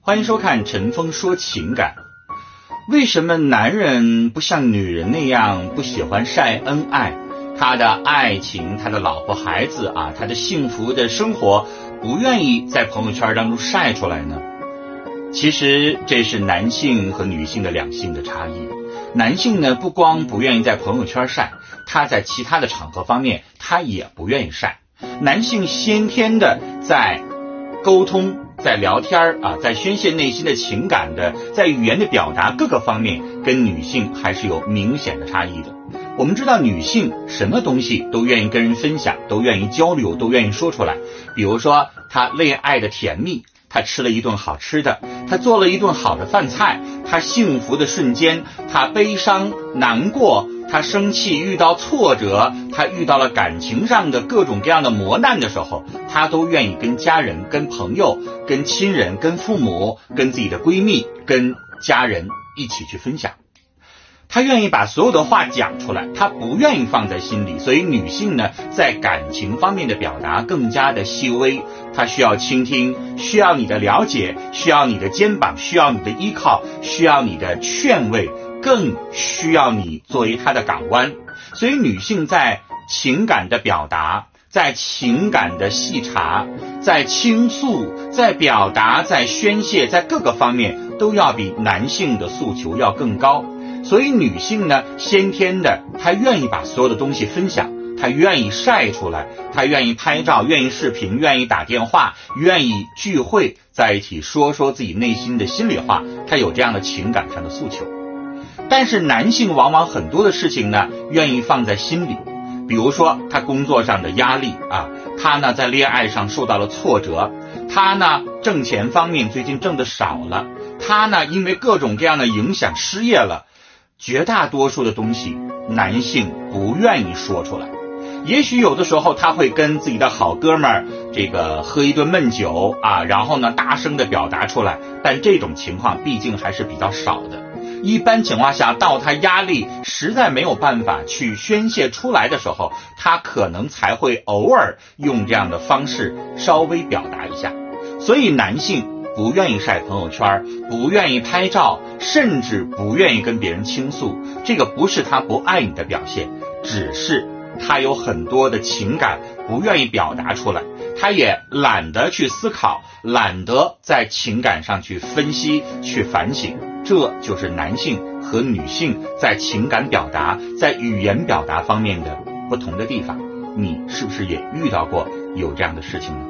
欢迎收看陈峰说情感。为什么男人不像女人那样不喜欢晒恩爱？他的爱情，他的老婆孩子他的幸福的生活不愿意在朋友圈当中晒出来呢？其实这是男性和女性的两性的差异。男性呢，不光不愿意在朋友圈晒，他在其他的场合方面他也不愿意晒。男性先天的在沟通，在聊天在宣泄内心的情感的，在语言的表达各个方面跟女性还是有明显的差异的。我们知道女性什么东西都愿意跟人分享，都愿意交流，都愿意说出来。比如说她恋爱的甜蜜，她吃了一顿好吃的，她做了一顿好的饭菜，她幸福的瞬间，她悲伤难过，她生气遇到挫折，她遇到了感情上的各种各样的磨难的时候，她都愿意跟家人、跟朋友、跟亲人、跟父母、跟自己的闺蜜、跟家人一起去分享。她愿意把所有的话讲出来，她不愿意放在心里。所以女性呢，在感情方面的表达更加的细微，她需要倾听，需要你的了解，需要你的肩膀，需要你的依靠，需要你的劝慰，更需要你作为她的港湾。所以女性在情感的表达，在情感的细查，在倾诉，在表达，在宣泄，在各个方面都要比男性的诉求要更高。所以女性呢，先天的她愿意把所有的东西分享，她愿意晒出来，她愿意拍照，愿意视频，愿意打电话，愿意聚会在一起说说自己内心的心里话，她有这样的情感上的诉求。但是男性往往很多的事情呢，愿意放在心里。比如说他工作上的压力他呢在恋爱上受到了挫折，他呢挣钱方面最近挣得少了，他呢因为各种各样的影响失业了。绝大多数的东西男性不愿意说出来。也许有的时候他会跟自己的好哥们儿喝一顿闷酒然后呢大声的表达出来，但这种情况毕竟还是比较少的。一般情况下，到他压力实在没有办法去宣泄出来的时候，他可能才会偶尔用这样的方式稍微表达一下。所以男性不愿意晒朋友圈，不愿意拍照，甚至不愿意跟别人倾诉，这个不是他不爱你的表现，只是他有很多的情感不愿意表达出来，他也懒得去思考，懒得在情感上去分析，去反省。这就是男性和女性在情感表达，在语言表达方面的不同的地方。你是不是也遇到过有这样的事情呢？